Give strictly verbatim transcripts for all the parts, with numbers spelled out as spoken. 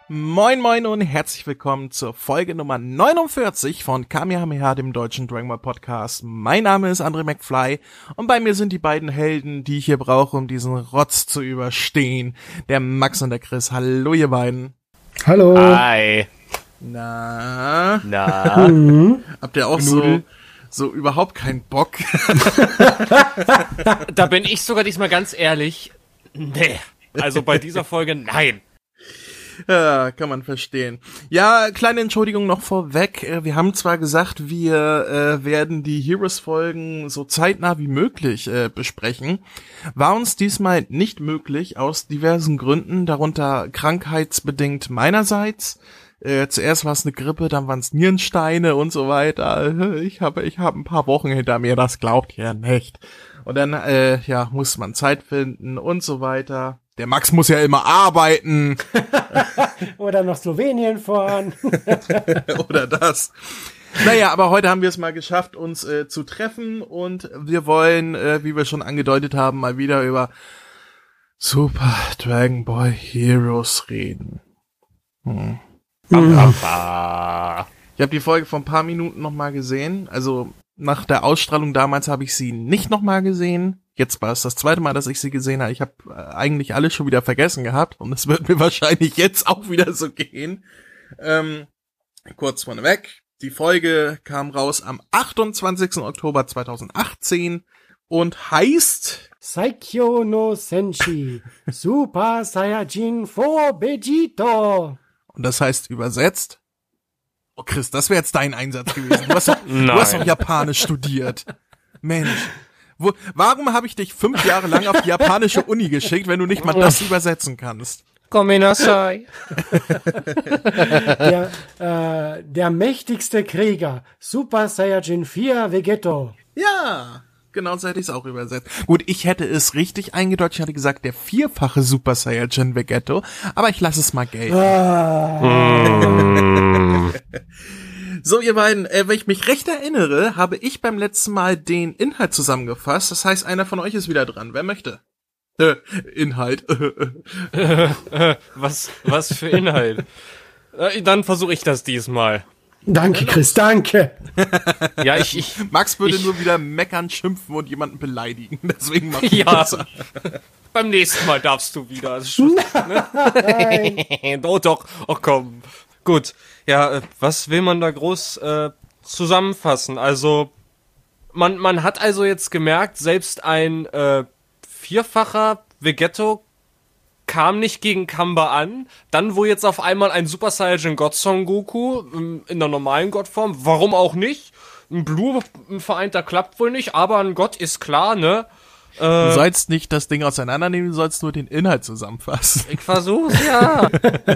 Moin moin und herzlich willkommen zur Folge Nummer neunundvierzig von Kamehameha, dem deutschen Dragon Ball Podcast. Mein Name ist André McFly und bei mir sind die beiden Helden, die ich hier brauche, um diesen Rotz zu überstehen. Der Max und der Chris. Hallo ihr beiden. Hallo. Hi. Na? Na? Habt ihr auch so, so überhaupt keinen Bock? Da bin ich sogar diesmal ganz ehrlich. Nee. Also bei dieser Folge nein. Ja, kann man verstehen. Ja, kleine Entschuldigung noch vorweg. Wir haben zwar gesagt, wir äh, werden die Heroes-Folgen so zeitnah wie möglich äh, besprechen. War uns diesmal nicht möglich, aus diversen Gründen, darunter krankheitsbedingt meinerseits. Äh, zuerst war es eine Grippe, dann waren es Nierensteine und so weiter. Ich habe ich hab ein paar Wochen hinter mir, das glaubt ihr nicht. Und dann, äh, ja, muss man Zeit finden und so weiter. Der Max muss ja immer arbeiten. Oder nach Slowenien fahren. Oder das. Naja, aber heute haben wir es mal geschafft, uns äh, zu treffen und wir wollen, äh, wie wir schon angedeutet haben, mal wieder über Super Dragon Ball Heroes reden. Hm. Mhm. Ich habe die Folge vor ein paar Minuten nochmal gesehen. Also nach der Ausstrahlung damals habe ich sie nicht nochmal gesehen. Jetzt war es das zweite Mal, dass ich sie gesehen habe. Ich habe eigentlich alles schon wieder vergessen gehabt und es wird mir wahrscheinlich jetzt auch wieder so gehen. Ähm, kurz vorneweg, die Folge kam raus am achtundzwanzigsten Oktober zweitausendachtzehn und heißt Saikyo no Senshi Super Saiyajin vier Vegito. Und das heißt übersetzt, oh Chris, das wäre jetzt dein Einsatz gewesen. Du hast, du hast doch Japanisch studiert. Mensch. Wo, warum habe ich dich fünf Jahre lang auf die japanische Uni geschickt, wenn du nicht mal das übersetzen kannst? Kominasai. Der, äh, der mächtigste Krieger, Super Saiyajin vier Vegeto. Ja, genau so hätte ich es auch übersetzt. Gut, ich hätte es richtig eingedeutscht, ich hatte gesagt, der vierfache Super Saiyajin Vegeto, aber ich lasse es mal gelten. Ah. So, ihr beiden, äh, wenn ich mich recht erinnere, habe ich beim letzten Mal den Inhalt zusammengefasst. Das heißt, einer von euch ist wieder dran. Wer möchte? Äh, Inhalt. was, was für Inhalt? Äh, dann versuche ich das diesmal. Danke, Chris, danke. Ja, ich, ich Max würde ich, nur wieder meckern, schimpfen und jemanden beleidigen. Deswegen mach ich ja. das. Beim nächsten Mal darfst du wieder. Also, ne? Oh doch, oh komm. Gut, ja, was will man da groß äh, zusammenfassen? Also, man man hat also jetzt gemerkt, selbst ein äh, vierfacher Vegetto kam nicht gegen Kamba an. Dann, wo jetzt auf einmal ein Super Saiyajin God Son Goku ähm, in der normalen Gottform, warum auch nicht? Ein Blue, ein vereinter klappt wohl nicht, aber ein Gott ist klar, ne? Äh, Du sollst nicht das Ding auseinandernehmen, du sollst nur den Inhalt zusammenfassen. Ich versuch's, ja.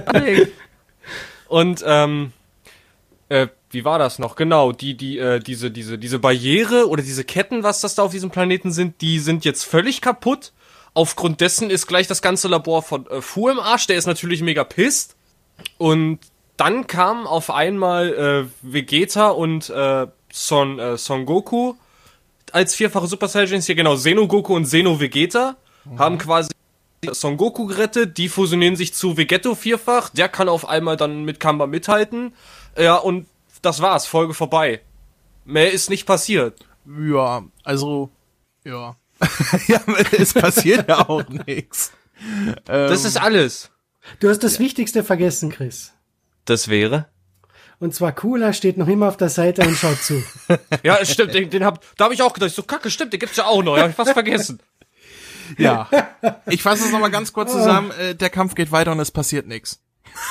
Und, ähm, äh, wie war das noch? Genau, die, die, äh, diese, diese, diese Barriere oder diese Ketten, was das da auf diesem Planeten sind, die sind jetzt völlig kaputt. Aufgrund dessen ist gleich das ganze Labor von äh, Fu im Arsch, der ist natürlich mega pisst. Und dann kamen auf einmal äh, Vegeta und äh, Son, äh, Son Goku als vierfache Super Saiyajins, hier genau, Xeno Goku und Xeno Vegeta, mhm. haben quasi Son Goku gerettet, die fusionieren sich zu Vegetto vierfach, der kann auf einmal dann mit Kamba mithalten, ja, und das war's, Folge vorbei. Mehr ist nicht passiert. Ja, also, ja. Ja, es passiert ja auch nichts. Das ähm, ist alles. Du hast das Wichtigste vergessen, Chris. Das wäre? Und zwar Cooler steht noch immer auf der Seite und schaut zu. Ja, stimmt, den, den hab, da habe ich auch gedacht, so kacke, stimmt, den gibt's ja auch noch, hab ich fast vergessen. Ja, ich fasse es nochmal ganz kurz zusammen. Äh, der Kampf geht weiter und es passiert nichts.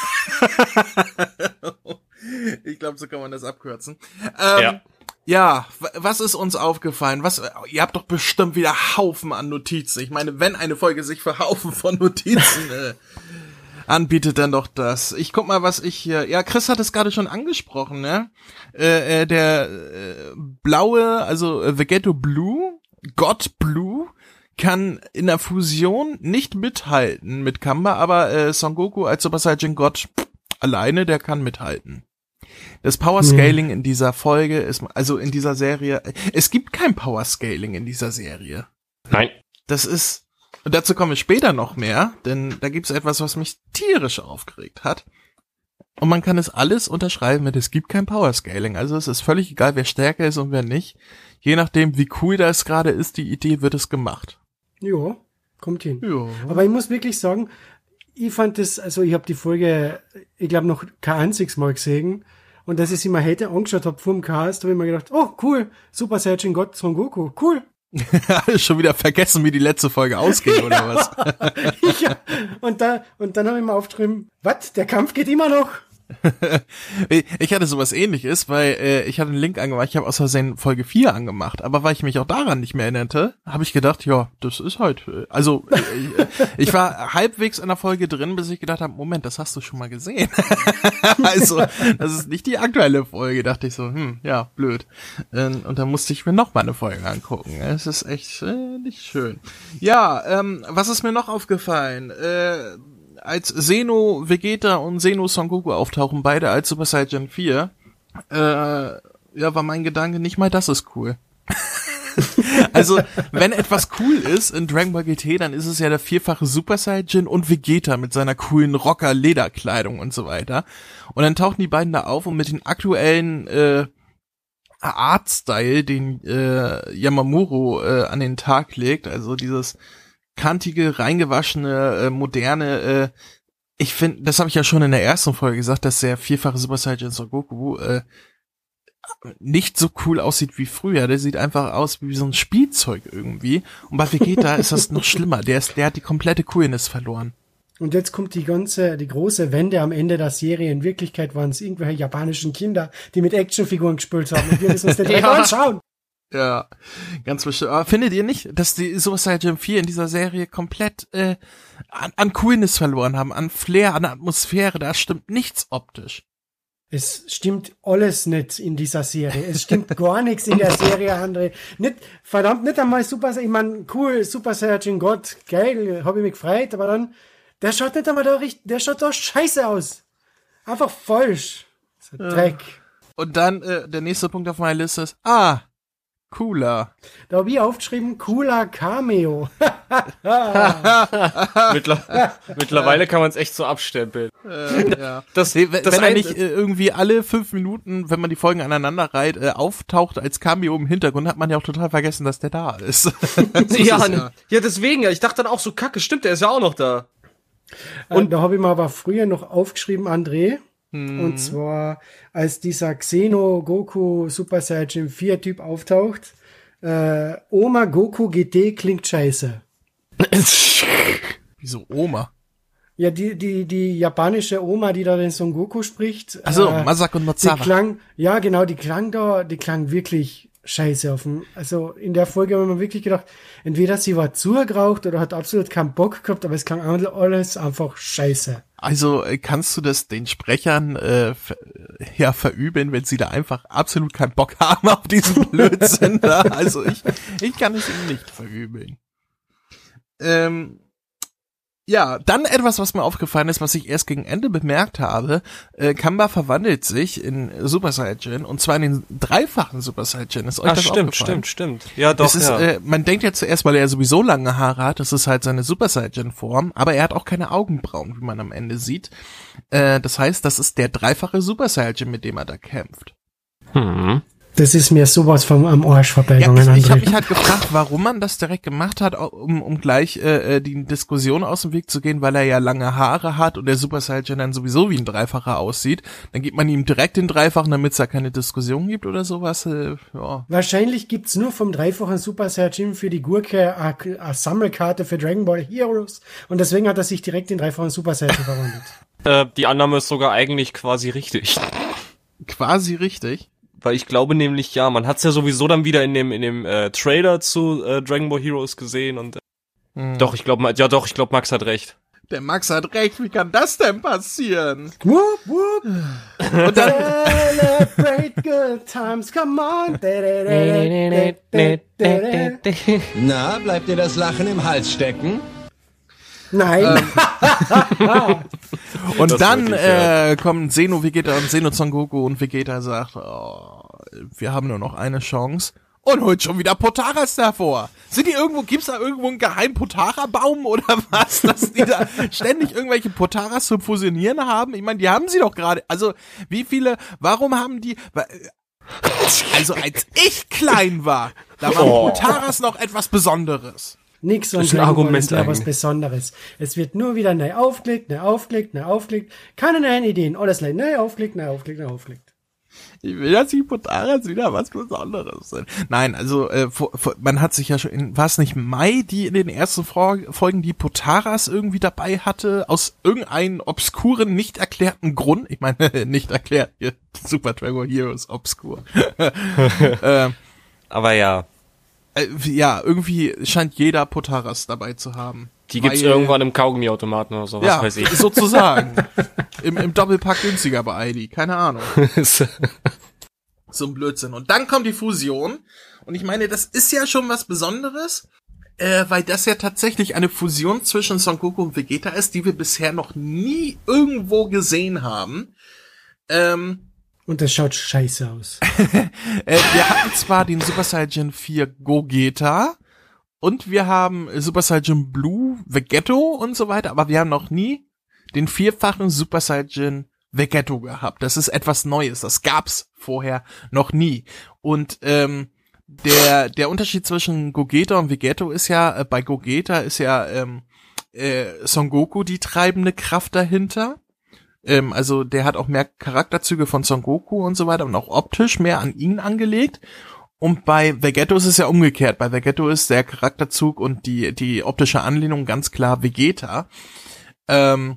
Ich glaube, so kann man das abkürzen. Ähm, ja. Ja, was ist uns aufgefallen? Was? Ihr habt doch bestimmt wieder Haufen an Notizen. Ich meine, wenn eine Folge sich für Haufen von Notizen äh, anbietet, dann doch das. Ich guck mal, was ich hier... Ja, Chris hat es gerade schon angesprochen, ne? Äh, äh, der äh, blaue, also äh, Vegetto Blue, God Blue, kann in der Fusion nicht mithalten mit Kamba, aber äh, Son Goku als Super Saiyajin God alleine, der kann mithalten. Das Power Scaling hm. in dieser Folge ist, also in dieser Serie, es gibt kein Power Scaling in dieser Serie. Nein. Das ist, und dazu kommen wir später noch mehr, denn da gibt's etwas, was mich tierisch aufgeregt hat. und man kann es alles unterschreiben mit, es gibt kein Powerscaling. Also es ist völlig egal, wer stärker ist und wer nicht. Je nachdem, wie cool das gerade ist, die Idee, wird es gemacht. Ja, kommt hin. Ja. Aber ich muss wirklich sagen, ich fand das, also ich habe die Folge, ich glaube, noch kein einziges Mal gesehen. Und dass ich sie mal heute angeschaut habe vor dem Cast, habe ich mir gedacht, oh, cool, Super Saiyajin God Son Goku, cool. Schon wieder vergessen, wie die letzte Folge ausgeht, oder was? Ja, und, da, und dann habe ich mir aufgeschrieben, was, der Kampf geht immer noch? Ich hatte sowas Ähnliches, weil äh, ich hatte einen Link angemacht, ich habe aus Versehen Folge vier angemacht, aber weil ich mich auch daran nicht mehr erinnerte, habe ich gedacht, ja, das ist halt, äh, also äh, ich war halbwegs in der Folge drin, bis ich gedacht habe, Moment, das hast du schon mal gesehen. Also, das ist nicht die aktuelle Folge, dachte ich so, hm, ja, blöd. Ähm, und dann musste ich mir noch mal eine Folge angucken. Es ist echt äh, nicht schön. Ja, ähm, was ist mir noch aufgefallen? Äh, als Zeno, Vegeta und Zeno Son Goku auftauchen, beide als Super Saiyan vier, äh, ja, war mein Gedanke, nicht mal das ist cool. Also, wenn etwas cool ist in Dragon Ball G T, dann ist es ja der vierfache Super Saiyan und Vegeta mit seiner coolen Rocker-Lederkleidung und so weiter. Und dann tauchen die beiden da auf und mit den aktuellen äh, Artstyle, den äh, Yamamuro äh, an den Tag legt, also dieses kantige, reingewaschene, äh, moderne, äh, ich finde, das habe ich ja schon in der ersten Folge gesagt, dass der vierfache Super Saiyan Son Goku äh, nicht so cool aussieht wie früher. Der sieht einfach aus wie so ein Spielzeug irgendwie. Und bei Vegeta ist das noch schlimmer. Der ist, der hat die komplette Coolness verloren. Und jetzt kommt die ganze, die große Wende am Ende der Serie. In Wirklichkeit waren es irgendwelche japanischen Kinder, die mit Actionfiguren gespielt haben. Und wir müssen uns den ja. anschauen. Ja, ganz bestimmt. Aber findet ihr nicht, dass die Super Saiyan vier in dieser Serie komplett äh, an, an Coolness verloren haben, an Flair, an Atmosphäre? Da stimmt nichts optisch. Es stimmt alles nicht in dieser Serie. Es stimmt gar nichts in der Serie, André. Nicht, verdammt, nicht einmal Super Saiyan, ich mein, cool, Super Saiyan Gott, geil, hab ich mich gefreut, aber dann, der schaut nicht einmal da richtig, der schaut da scheiße aus. Einfach falsch. So ja. Dreck. Und dann, äh, der nächste Punkt auf meiner Liste ist, ah, cooler. Da hab ich aufgeschrieben, cooler Cameo. Mittler- Mittlerweile kann man es echt so abstempeln. Äh, ja. Das, nee, wenn das wenn er ein- nicht äh, irgendwie alle fünf Minuten, wenn man die Folgen aneinander reiht, äh, auftaucht als Cameo im Hintergrund, hat man ja auch total vergessen, dass der da ist. ja, ist ja. ja, deswegen, ja. Ich dachte dann auch so, kacke, stimmt, der ist ja auch noch da. Und da habe ich mir aber früher noch aufgeschrieben, André. Hm. Und zwar, als dieser Xeno Goku Super Saiyan vier Typ auftaucht, äh, Oma Goku G T klingt scheiße. Wieso Oma? Ja, die, die, die japanische Oma, die da den Son Goku spricht. Also äh, Masako die Nozawa. klang, ja genau, die klang da, die klang wirklich scheiße auf dem, also in der Folge haben wir mir wirklich gedacht, entweder sie war zugeraucht oder hat absolut keinen Bock gehabt, aber es klang alles einfach scheiße. Also äh, kannst du das den Sprechern äh, ver ja verübeln, wenn sie da einfach absolut keinen Bock haben auf diesen Blödsinn da? Also ich ich kann es ihnen nicht verübeln. Ähm, ja, dann etwas, was mir aufgefallen ist, was ich erst gegen Ende bemerkt habe. Äh, Kamba verwandelt sich in Super Saiyan und zwar in den dreifachen Super Saiyan. Ist euch Ach, das stimmt, aufgefallen? stimmt, stimmt. Ja, doch, Es ist, ja. äh, man denkt ja zuerst, weil er sowieso lange Haare hat, das ist halt seine Super Saiyan-Form, aber er hat auch keine Augenbrauen, wie man am Ende sieht. Äh, das heißt, das ist der dreifache Super Saiyan, mit dem er da kämpft. Hm. Das ist mir sowas vom am Arsch vorbeigegangen, Ja, ich, ich habe André. mich halt gefragt, warum man das direkt gemacht hat, um, um gleich äh, die Diskussion aus dem Weg zu gehen, weil er ja lange Haare hat und der Super Saiyan dann sowieso wie ein Dreifacher aussieht. Dann gibt man ihm direkt den Dreifachen, damit es da keine Diskussion gibt oder sowas. Äh, ja. Wahrscheinlich gibt's nur vom dreifachen Super Saiyan für die Gurke eine eine Sammelkarte für Dragon Ball Heroes und deswegen hat er sich direkt in dreifachen Super Saiyan verwandelt. Äh, die Annahme ist sogar eigentlich quasi richtig. Quasi richtig. Weil ich glaube nämlich, ja, man hat's ja sowieso dann wieder in dem in dem äh, Trailer zu äh, Dragon Ball Heroes gesehen und äh, Hm. doch, ich glaube, ja doch, ich glaube, Max hat recht. Der Max hat recht, wie kann das denn passieren? Whoop, whoop. Und dann, Celebrate good times, come on. Na, bleibt dir das Lachen im Hals stecken? Nein. und Das dann wirklich, ja. äh, kommen Xeno, Vegeta und Xeno Son Goku und Vegeta sagt, oh, wir haben nur noch eine Chance. und holt schon wieder Potaras davor. Sind die irgendwo, gibt's da irgendwo einen geheimen Potara-Baum oder was, dass die da ständig irgendwelche Potaras zum Fusionieren haben? Ich meine, die haben sie doch gerade, also wie viele, warum haben die, also als ich klein war, da waren Oh. Potaras noch etwas Besonderes. Nix und Das ist ein Dragon Ball Argument ist ja was eigentlich. Besonderes. Es wird nur wieder neu aufgelegt, neu aufgelegt, neu aufgelegt. Keine neuen Ideen. Alles gleich neu aufgelegt, neu aufgelegt, neu aufgelegt. Ich will, dass die Potaras wieder was Besonderes sind. Nein, also äh, vor, vor, man hat sich ja schon, in, war es nicht Mai, die in den ersten Vor- Folgen die Potaras irgendwie dabei hatte, aus irgendeinem obskuren, nicht erklärten Grund. Ich meine, nicht erklärt, hier, Super Dragon Heroes obskur. äh, Aber ja, äh, ja, irgendwie scheint jeder Potaras dabei zu haben. die gibt's Weil- irgendwann im Kaugummiautomaten oder so, was ja, weiß ich. sozusagen. Im, Im Doppelpack günstiger bei I D, keine Ahnung. So ein Blödsinn. Und dann kommt die Fusion. Und ich meine, das ist ja schon was Besonderes, äh, weil das ja tatsächlich eine Fusion zwischen Son Goku und Vegeta ist, die wir bisher noch nie irgendwo gesehen haben. Ähm, Und das schaut scheiße aus. äh, wir hatten zwar den Super Saiyan vier Gogeta und wir haben Super Saiyan Blue Vegetto und so weiter, aber wir haben noch nie den vierfachen Super Saiyan Vegetto gehabt. Das ist etwas Neues. Das gab's vorher noch nie. Und ähm, der der Unterschied zwischen Gogeta und Vegetto ist ja, äh, bei Gogeta ist ja ähm, äh, Son Goku die treibende Kraft dahinter. Ähm, also der hat auch mehr Charakterzüge von Son Goku und so weiter und auch optisch mehr an ihn angelegt. Und bei Vegetto ist es ja umgekehrt. Bei Vegetto ist der Charakterzug und die die optische Anlehnung ganz klar Vegeta. Ähm,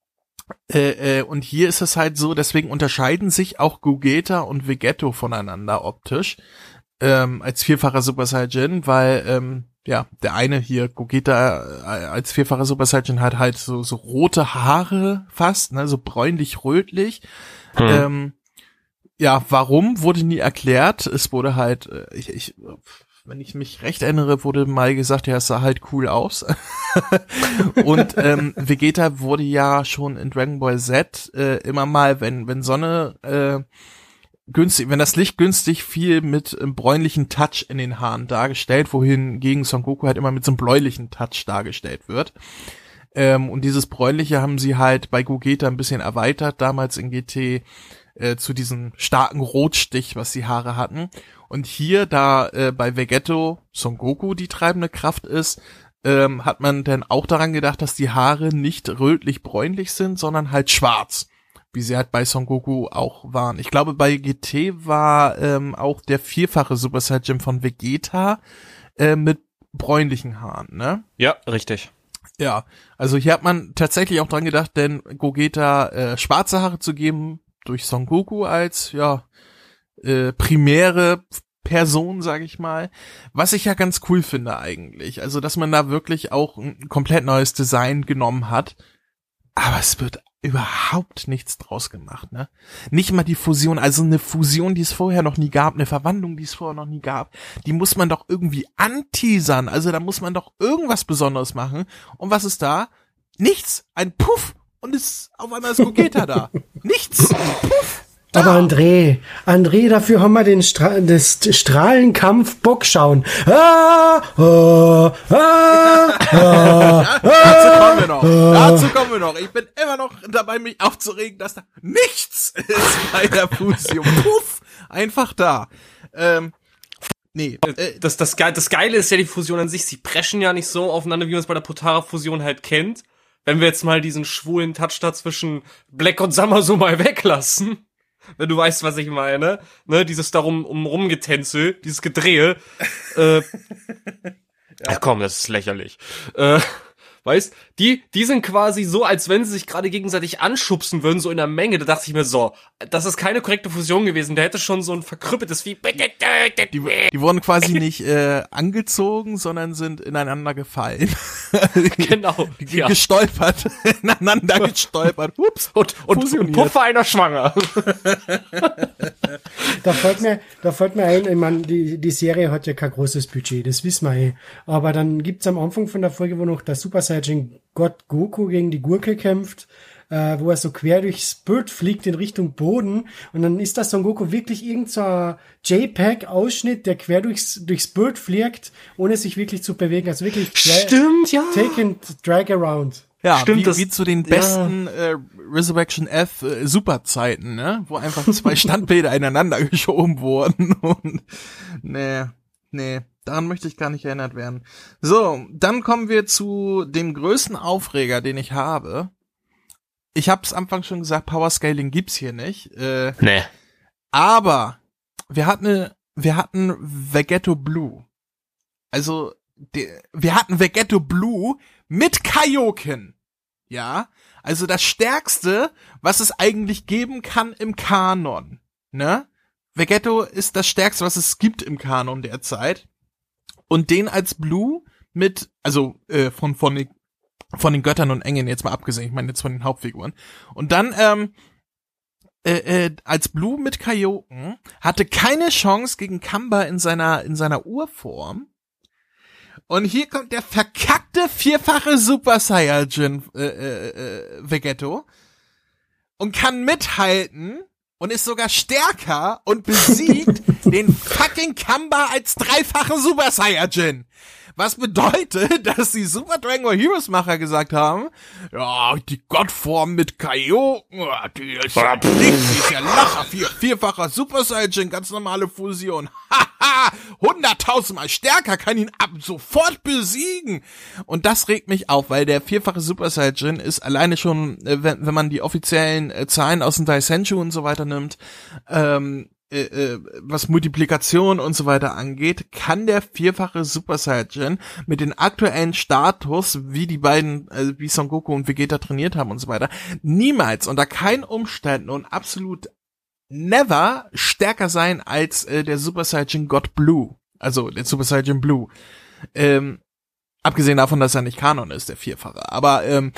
Äh, äh, und hier ist es halt so, deswegen unterscheiden sich auch Gogeta und Vegetto voneinander optisch ähm, als vierfacher Super Saiyan, weil ähm, ja der eine hier Gogeta äh, als vierfacher Super Saiyan hat halt so so rote Haare fast, ne, so bräunlich-rötlich. Hm. Ähm, ja, warum wurde nie erklärt. Es wurde halt, äh, ich, ich wenn ich mich recht erinnere, wurde mal gesagt, ja, es sah halt cool aus. Und ähm, Vegeta wurde ja schon in Dragon Ball Z äh, immer mal, wenn wenn Sonne äh, günstig, wenn das Licht günstig fiel, mit einem bräunlichen Touch in den Haaren dargestellt, wohingegen Son Goku halt immer mit so einem bläulichen Touch dargestellt wird. Ähm, und dieses bräunliche haben sie halt bei Gogeta ein bisschen erweitert, damals in G T äh, zu diesem starken Rotstich, was die Haare hatten. Und hier, da äh, bei Vegetto Son Goku die treibende Kraft ist, ähm, hat man dann auch daran gedacht, dass die Haare nicht rötlich-bräunlich sind, sondern halt schwarz, wie sie halt bei Son Goku auch waren. Ich glaube, bei G T war ähm, auch der vierfache Super Saiyan von Vegeta äh, mit bräunlichen Haaren, ne? Ja, richtig. Ja, also hier hat man tatsächlich auch dran gedacht, denn Gogeta äh, schwarze Haare zu geben durch Son Goku als, ja, äh, primäre Person, sage ich mal, was ich ja ganz cool finde eigentlich. Also, dass man da wirklich auch ein komplett neues Design genommen hat, aber es wird überhaupt nichts draus gemacht, ne? Nicht mal die Fusion, also eine Fusion, die es vorher noch nie gab, eine Verwandlung, die es vorher noch nie gab, die muss man doch irgendwie anteasern, also da muss man doch irgendwas Besonderes machen. Und was ist da? Nichts, ein Puff und es auf einmal ist Gogeta da. Nichts, Puff. Da. Aber André, André, dafür haben wir den Stra das Strahlenkampf Bockschauen. Ah, ah, ah, ah, Dazu kommen wir noch. Dazu kommen wir noch. Ich bin immer noch dabei, mich aufzuregen, dass da nichts ist bei der Fusion. Puff, einfach da. Ähm, nee. Äh, Das, das, Ge- das Geile ist ja die Fusion an sich, sie preschen ja nicht so aufeinander, wie man es bei der Potara-Fusion halt kennt. Wenn wir jetzt mal diesen schwulen Touch da zwischen Black und Summer so mal weglassen, wenn du weißt, was ich meine, ne, dieses darum um rumgetänzel, dieses Gedrehe, äh, ja. Ach komm, das ist lächerlich. Äh, weißt, die, die sind quasi so, als wenn sie sich gerade gegenseitig anschubsen würden, so in der Menge. Da dachte ich mir so, das ist keine korrekte Fusion gewesen. Der hätte schon so ein verkrüppeltes wie die, die wurden quasi nicht äh, angezogen, sondern sind ineinander gefallen. Genau. G- Ja. Gestolpert, ineinander gestolpert. Ups. Und, und, und fusioniert. Puffer einer schwanger. Da fällt mir, da fällt mir ein, ich meine, die, die Serie hat ja kein großes Budget, das wissen wir eh. Aber dann gibt's am Anfang von der Folge, wo noch der Super Saiyan Gott Goku gegen die Gurke kämpft, äh, wo er so quer durchs Bild fliegt in Richtung Boden und dann ist das Son Goku wirklich irgend so ein JPEG-Ausschnitt, der quer durchs, durchs Bild fliegt, ohne sich wirklich zu bewegen. Also wirklich Stimmt, ja. Take and drag around. Ja, Stimmt, wie, das- wie zu den besten äh, Resurrection F äh, Superzeiten, ne? Wo einfach zwei Standbilder ineinander geschoben wurden und nee, nee, daran möchte ich gar nicht erinnert werden. So, dann kommen wir zu dem größten Aufreger, den ich habe. Ich hab's am Anfang schon gesagt, Power Scaling gibt's hier nicht. Äh, Nee. aber wir hatten eine, wir hatten Vegetto Blue. Also die, wir hatten Vegetto Blue mit Kaioken. Ja, also das Stärkste, was es eigentlich geben kann im Kanon. Ne? Vegetto ist das Stärkste, was es gibt im Kanon derzeit. Und den als Blue mit, also äh, von von den, von den Göttern und Engeln jetzt mal abgesehen, ich meine jetzt von den Hauptfiguren. Und dann ähm, äh, äh, als Blue mit Kaioken hatte keine Chance gegen Kamba in seiner in seiner Urform. Und hier kommt der verkackte vierfache Super Saiyajin äh, äh, äh, Vegetto und kann mithalten und ist sogar stärker und besiegt den fucking Kamba als dreifachen Super Saiyajin. Was bedeutet, dass die Super Dragon Ball Heroes Macher gesagt haben, ja, die Gottform mit Kaioken, die ist ja nichts, die ist ja locker, vier, vierfacher Super Saiyajin, ganz normale Fusion. Haha, hunderttausendmal stärker, kann ihn ab sofort besiegen. Und das regt mich auf, weil der vierfache Super Saiyajin ist alleine schon, äh, wenn, wenn man die offiziellen äh, Zahlen aus dem Daisenshu und so weiter nimmt, ähm, Äh, äh, was Multiplikation und so weiter angeht, kann der vierfache Super Saiyajin mit dem aktuellen Status, wie die beiden, äh, wie Son Goku und Vegeta trainiert haben und so weiter, niemals unter keinen Umständen und absolut never stärker sein als äh, der Super Saiyajin God Blue, also der Super Saiyajin Blue. Ähm, abgesehen davon, dass er nicht Kanon ist, der vierfache. Aber ähm,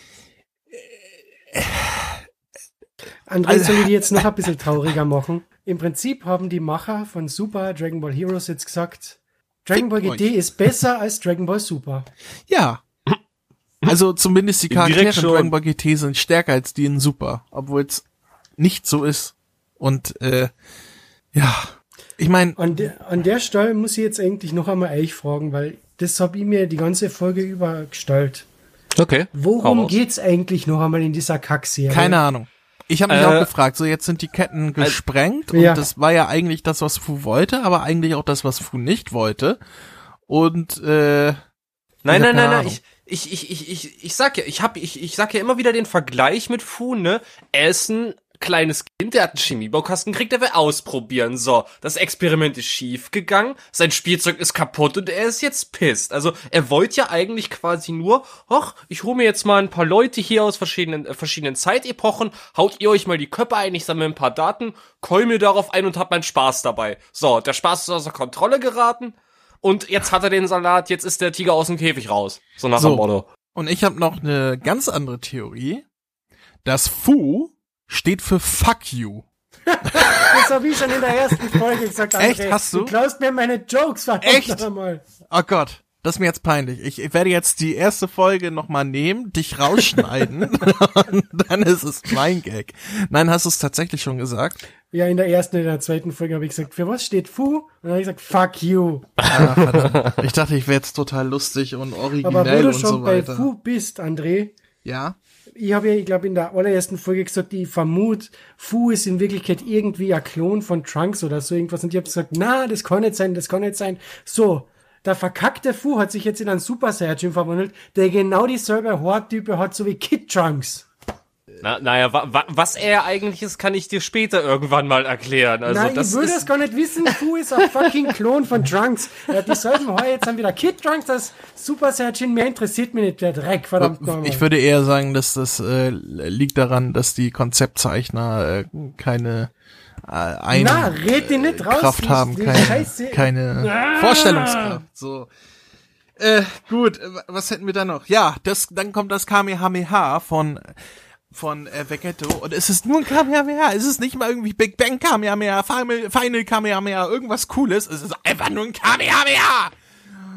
André, Also- soll ich die jetzt noch ein bisschen trauriger machen? Im Prinzip haben die Macher von Super Dragon Ball Heroes jetzt gesagt, Dragon Ball Fickt G T euch. ist besser als Dragon Ball Super. ja. Also zumindest die Indirekt Charaktere in schon. Dragon Ball G T sind stärker als die in Super, obwohl es nicht so ist. Und äh, ja, ich meine, An, de, an der Stelle muss ich jetzt eigentlich noch einmal euch fragen, weil das habe ich mir die ganze Folge über gestellt. Okay. Worum Hau raus. geht's eigentlich noch einmal in dieser Kackserie? keine Ahnung. Ich habe mich Äh, auch gefragt, so jetzt sind die Ketten gesprengt und Ja. das war ja eigentlich das, was Fu wollte, aber eigentlich auch das, was Fu nicht wollte. Und äh, Nein, Ich hab nein, keine nein, nein, Ahnung. ich, ich, ich, ich, ich, ich sag ja, ich hab, ich, ich sag ja immer wieder den Vergleich mit Fu, ne? Er ist ein kleines Kind, der hat einen Chemiebaukasten gekriegt, der will ausprobieren. So, das Experiment ist schief gegangen, sein Spielzeug ist kaputt und er ist jetzt pisst. Also, er wollte ja eigentlich quasi nur, ach, ich hole mir jetzt mal ein paar Leute hier aus verschiedenen, äh, verschiedenen Zeitepochen, haut ihr euch mal die Köpfe ein, ich sammle ein paar Daten, keul mir darauf ein und hab meinen Spaß dabei. So, der Spaß ist außer Kontrolle geraten. Und jetzt hat er den Salat, jetzt ist der Tiger aus dem Käfig raus. So nach So. dem Motto. und ich habe noch eine ganz andere Theorie, dass Fu steht für Fuck you. Das habe ich schon in der ersten Folge gesagt. André. Echt? Hast du? Du klaust mir meine Jokes, verdammt Echt? noch einmal. Oh Gott, das ist mir jetzt peinlich. Ich, ich werde jetzt die erste Folge nochmal nehmen, dich rausschneiden und dann ist es mein Gag. Nein, hast du es tatsächlich schon gesagt? Ja, in der ersten und in der zweiten Folge habe ich gesagt, für was steht Fu? Und dann habe ich gesagt, fuck you. Ah, verdammt. Ich dachte, ich wäre jetzt total lustig und Aber originell wo du und schon so bei weiter. Fu bist, André, Ja? ich habe ja, ich glaube, in der allerersten Folge gesagt, ich vermute, Fu ist in Wirklichkeit irgendwie ein Klon von Trunks oder so irgendwas. Und ich habe gesagt, na, das kann nicht sein, das kann nicht sein. So, der verkackte Fu hat sich jetzt in einen Super Saiyajin verwandelt, der genau dieselbe Haartype hat, so wie Kid Trunks. Na, naja, wa, wa, was er eigentlich ist, kann ich dir später irgendwann mal erklären. Also Nein, das ich will ist, das gar nicht wissen. Fu ist ein fucking Klon von Trunks. Er hat dieselben Haare, jetzt haben wieder Kid Trunks, das Super Saiyajin. Mehr interessiert mich nicht, der Dreck, verdammt nochmal. Ich würde eher sagen, dass das äh, liegt daran, dass die Konzeptzeichner äh, keine äh, eine Na, red die nicht raus. Kraft die- haben, die keine, Scheiße. keine Ah! Vorstellungskraft. So. Äh, gut, äh, was hätten wir da noch? Ja, das, dann kommt das Kamehameha von von äh, Vegetto und es ist nur ein Kamehameha, es ist nicht mal irgendwie Big Bang Kamehameha, Final, Final Kamehameha, irgendwas Cooles, es ist einfach nur ein Kamehameha.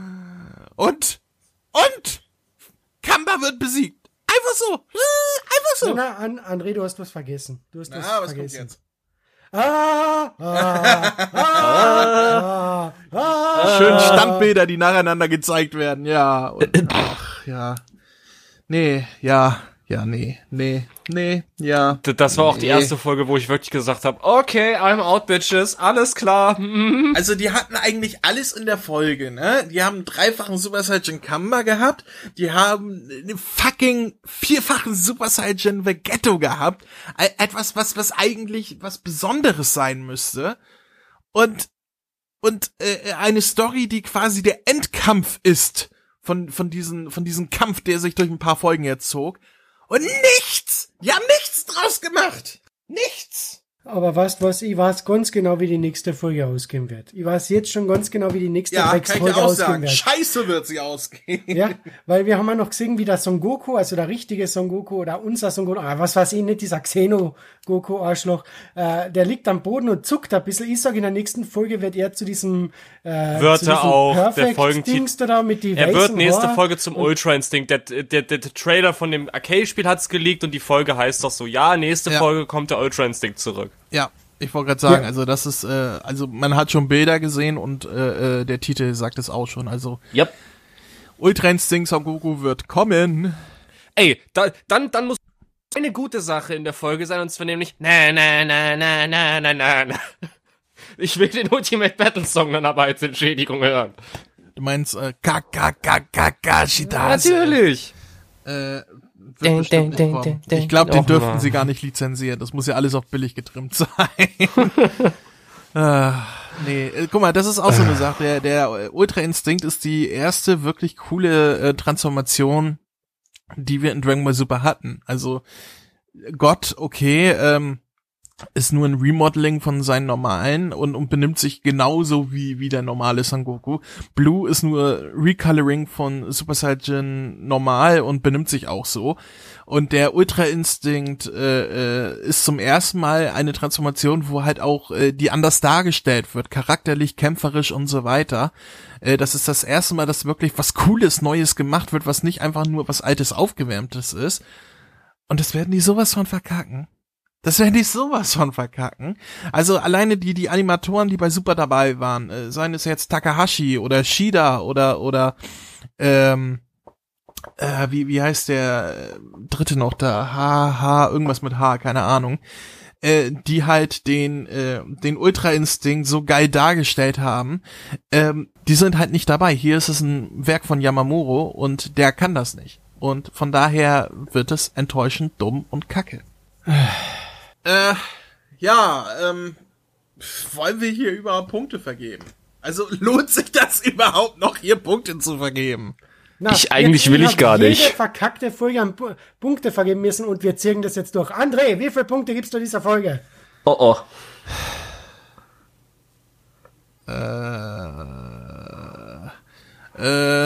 Und und Kamba wird besiegt. Einfach so, äh, einfach so. Na, na, An- André, du hast was vergessen. Du hast was Na, was vergessen. kommt jetzt? Ah, ah, ah, ah, ah. Schön Standbilder, die nacheinander gezeigt werden, ja. Und, ach, ja. Nee, ja, ja, nee, nee, nee, ja. D- Das war auch die Nee. erste Folge, wo ich wirklich gesagt habe, okay, I'm out, bitches, alles klar. Mhm. Also die hatten eigentlich alles in der Folge, ne? Die haben einen dreifachen Super Saiyan Kamba gehabt, die haben einen fucking vierfachen Super Saiyan Vegetto gehabt, E- etwas, was was eigentlich was Besonderes sein müsste. Und und äh, eine Story, die quasi der Endkampf ist von von diesen von diesem Kampf, der sich durch ein paar Folgen jetzt zog. Und nichts! Die haben nichts draus gemacht! Nichts! Aber weißt was, ich weiß ganz genau, wie die nächste Folge ausgehen wird. Ich weiß jetzt schon ganz genau, wie die nächste Ja, kann ich dir Drecksfolge auch ausgehen sagen. wird. Scheiße wird sie ausgehen. Ja, weil wir haben ja noch gesehen, wie der Son Goku, also der richtige Son Goku oder unser Son Goku, ah, was weiß ich nicht, dieser Xeno-Goku-Arschloch, äh, der liegt am Boden und zuckt ein bisschen. Ich sag, in der nächsten Folge wird er zu diesem äh, Wird zu diesem er auch, der Perfect Folgentitel- Dings da mit die Er wird weißen nächste Haare. Folge zum Ultra Instinct. Der, der, der, der Trailer von dem Arcade-Spiel hat's geleakt und die Folge heißt doch so, ja, nächste Ja. Folge kommt der Ultra Instinct zurück. Ja, ich wollte gerade sagen, Ja. also das ist, äh, also man hat schon Bilder gesehen und äh, äh, der Titel sagt es auch schon. Also Yep. Ultra Instinct Son Goku wird kommen. Ey, da, dann, dann muss eine gute Sache in der Folge sein, und zwar nämlich na na na na na na na na. Ich will den Ultimate Battle Song dann aber als Entschädigung hören. Du meinst äh, Kakakakakashitase. Natürlich. Äh, wird Ding, bestimmt ding, nicht ding, kommen. ding, ding. Ich glaube, den Och, dürften Mann. sie gar nicht lizenzieren. Das muss ja alles auf billig getrimmt sein. ah, nee, äh, guck mal, das ist auch so eine Sache. Der, der Ultra Instinct ist die erste wirklich coole äh, Transformation, die wir in Dragon Ball Super hatten. Also Gott, okay, ähm, ist nur ein Remodeling von seinen normalen und, und benimmt sich genauso wie, wie der normale Son Goku. Blue ist nur Recoloring von Super Saiyan normal und benimmt sich auch so. Und der Ultra Instinct äh, äh, ist zum ersten Mal eine Transformation, wo halt auch äh, die anders dargestellt wird, charakterlich, kämpferisch und so weiter. Äh, das ist das erste Mal, dass wirklich was Cooles, Neues gemacht wird, was nicht einfach nur was Altes, Aufgewärmtes ist. Und das werden die sowas von verkacken. Das werden die sowas von verkacken. Also alleine die die Animatoren, die bei Super dabei waren, äh, seien es jetzt Takahashi oder Shida oder oder ähm, äh, wie wie heißt der äh, dritte noch da? H H irgendwas mit H, keine Ahnung. Äh, die halt den äh, den Ultra Instinct so geil dargestellt haben. Ähm, die sind halt nicht dabei. Hier ist es ein Werk von Yamamuro und der kann das nicht. Und von daher wird es enttäuschend, dumm und kacke. Äh, ja, ähm, wollen wir hier überhaupt Punkte vergeben? Also lohnt sich das überhaupt noch, hier Punkte zu vergeben? Na, Ich- eigentlich jetzt will ich hab gar jede nicht. verkackte Folge an Pu- Punkte vergeben müssen und wir ziehen das jetzt durch. André, wie viele Punkte gibst du dieser Folge? Oh oh. Äh,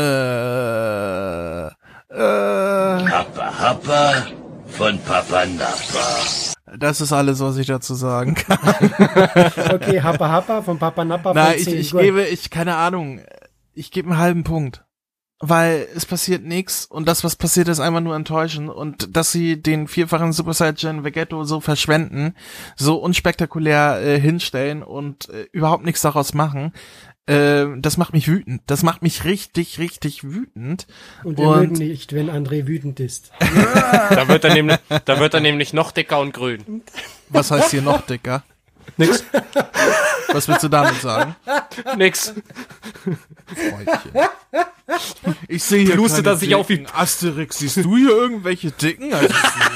äh, äh, Happa Happa von Papa Nappa. das ist alles, was ich dazu sagen kann. Okay, Happa Happa von Papa Nappa Na, von ich, zehn. ich Gut. gebe, ich, keine Ahnung, ich gebe einen halben Punkt. Weil es passiert nichts und das, was passiert, ist einfach nur enttäuschend und dass sie den vierfachen Super Saiyan Vegetto so verschwenden, so unspektakulär äh, hinstellen und äh, überhaupt nichts daraus machen, äh, das macht mich wütend. Das macht mich richtig, richtig wütend. Und wir mögen nicht, wenn André wütend ist. Da wird er nämlich, da wird er nämlich noch dicker und grün. Was heißt hier noch dicker? Nix. Was willst du damit sagen? Nix. Freundchen. Ich sehe hier Plustet keine er sich auf wie- Dicken. Asterix, siehst du hier irgendwelche Dicken? Also, ich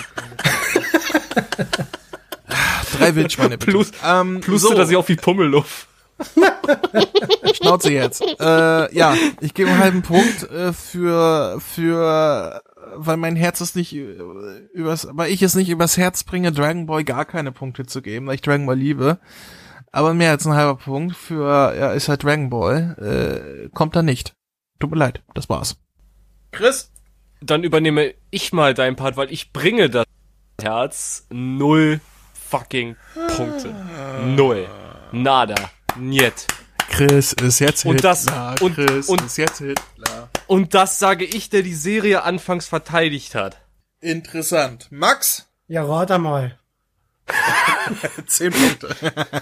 sehe keine- Drei Wildschweine bitte. Plus, ähm, plustet so, er sich auf wie Pummelluff. Schnauze jetzt. Äh, ja, ich gebe einen halben Punkt äh, für, für, weil mein Herz es nicht äh, übers, weil ich es nicht übers Herz bringe, Dragon Ball gar keine Punkte zu geben, weil ich Dragon Ball liebe. Aber mehr als ein halber Punkt für, ja, ist halt Dragon Ball, äh, kommt da nicht. Tut mir leid, das war's. Chris? Dann übernehme ich mal deinen Part, weil ich bringe das Herz null fucking Punkte. Null. Nada. Niet. Chris ist jetzt Und das- Hitler. und- Chris und- ist jetzt Hitler. Und das sage ich, der die Serie anfangs verteidigt hat. Interessant. Max? Ja, rat mal. Zehn Punkte.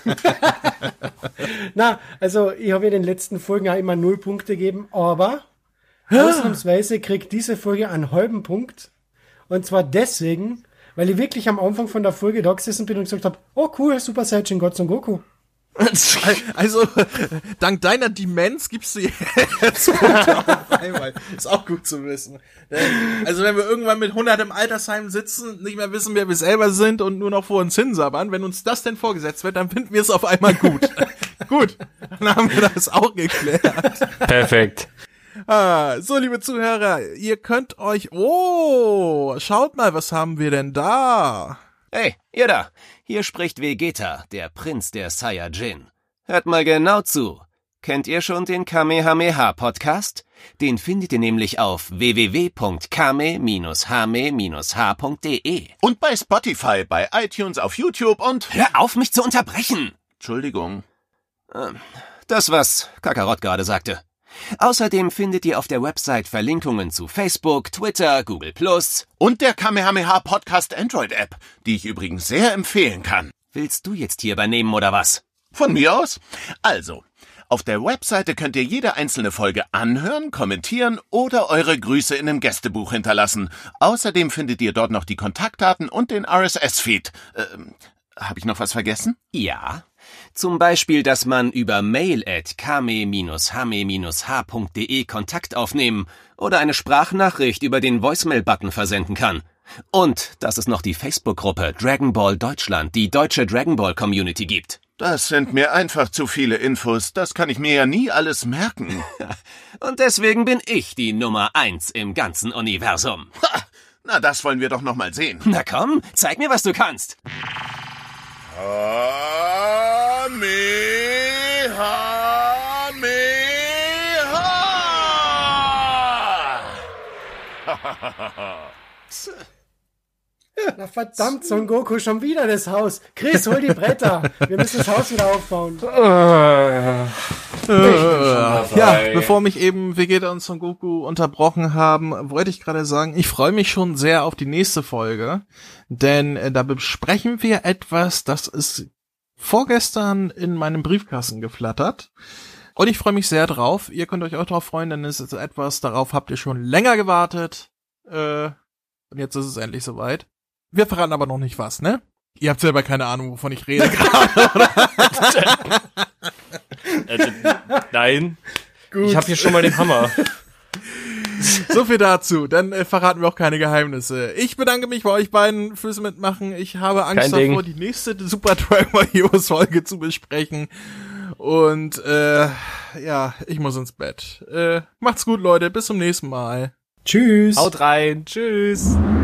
Na, also ich habe ja in den letzten Folgen auch immer null Punkte gegeben, aber ausnahmsweise kriegt diese Folge einen halben Punkt. Und zwar deswegen, weil ich wirklich am Anfang von der Folge da gesessen bin und gesagt habe, oh cool, Super Saiyan God Son Goku. Also, dank deiner Demenz gibst du jetzt Punkte auf einmal. Ist auch gut zu wissen. Also, wenn wir irgendwann mit hundert im Altersheim sitzen, nicht mehr wissen, wer wir selber sind und nur noch vor uns hinsabbern, wenn uns das denn vorgesetzt wird, dann finden wir es auf einmal gut. Gut, dann haben wir das auch geklärt. Perfekt. Ah, so, liebe Zuhörer, ihr könnt euch... Oh, schaut mal, was haben wir denn da? Hey, ihr da! Hier spricht Vegeta, der Prinz der Saiyajin. Hört mal genau zu. Kennt ihr schon den Kamehameha-Podcast? Den findet ihr nämlich auf w w w punkt kame hame h punkt d e. Und bei Spotify, bei iTunes, auf YouTube und... Hör auf, mich zu unterbrechen! Entschuldigung. Das, was Kakarott gerade sagte. Außerdem findet ihr auf der Website Verlinkungen zu Facebook, Twitter, Google Plus und der Kamehameha Podcast Android App, die ich übrigens sehr empfehlen kann. Willst du jetzt hier übernehmen oder was? Von mir aus? Also, auf der Webseite könnt ihr jede einzelne Folge anhören, kommentieren oder eure Grüße in einem Gästebuch hinterlassen. Außerdem findet ihr dort noch die Kontaktdaten und den R S S-Feed. Ähm, habe ich noch was vergessen? Ja. Zum Beispiel, dass man über mail at kame hame h punkt d e Kontakt aufnehmen oder eine Sprachnachricht über den Voicemail-Button versenden kann. Und dass es noch die Facebook-Gruppe Dragon Ball Deutschland, die deutsche Dragon Ball Community gibt. Das sind mir einfach zu viele Infos. Das kann ich mir ja nie alles merken. Und deswegen bin ich die Nummer eins im ganzen Universum. Ha! Na, das wollen wir doch noch mal sehen. Na komm, zeig mir, was du kannst. Na verdammt, Son Goku, schon wieder das Haus. Chris, hol die Bretter. Wir müssen das Haus wieder aufbauen. Äh, ja, bevor mich eben Vegeta und Son Goku unterbrochen haben, wollte ich gerade sagen, ich freue mich schon sehr auf die nächste Folge, denn äh, da besprechen wir etwas, das ist vorgestern in meinem Briefkasten geflattert. Und ich freue mich sehr drauf. Ihr könnt euch auch drauf freuen, denn es ist etwas, darauf habt ihr schon länger gewartet. Äh, und jetzt ist es endlich soweit. Wir verraten aber noch nicht was, ne? Ihr habt selber keine Ahnung, wovon ich rede gerade, oder? Also, nein. Gut. Ich habe hier schon mal den Hammer. So viel dazu. Dann äh, verraten wir auch keine Geheimnisse. Ich bedanke mich bei euch beiden fürs Mitmachen. Ich habe Angst Kein davor, Ding. die nächste Super Dragon Ball Heroes Folge zu besprechen. Und äh, ja, ich muss ins Bett. Äh, macht's gut, Leute. Bis zum nächsten Mal. Tschüss. Haut rein. Tschüss.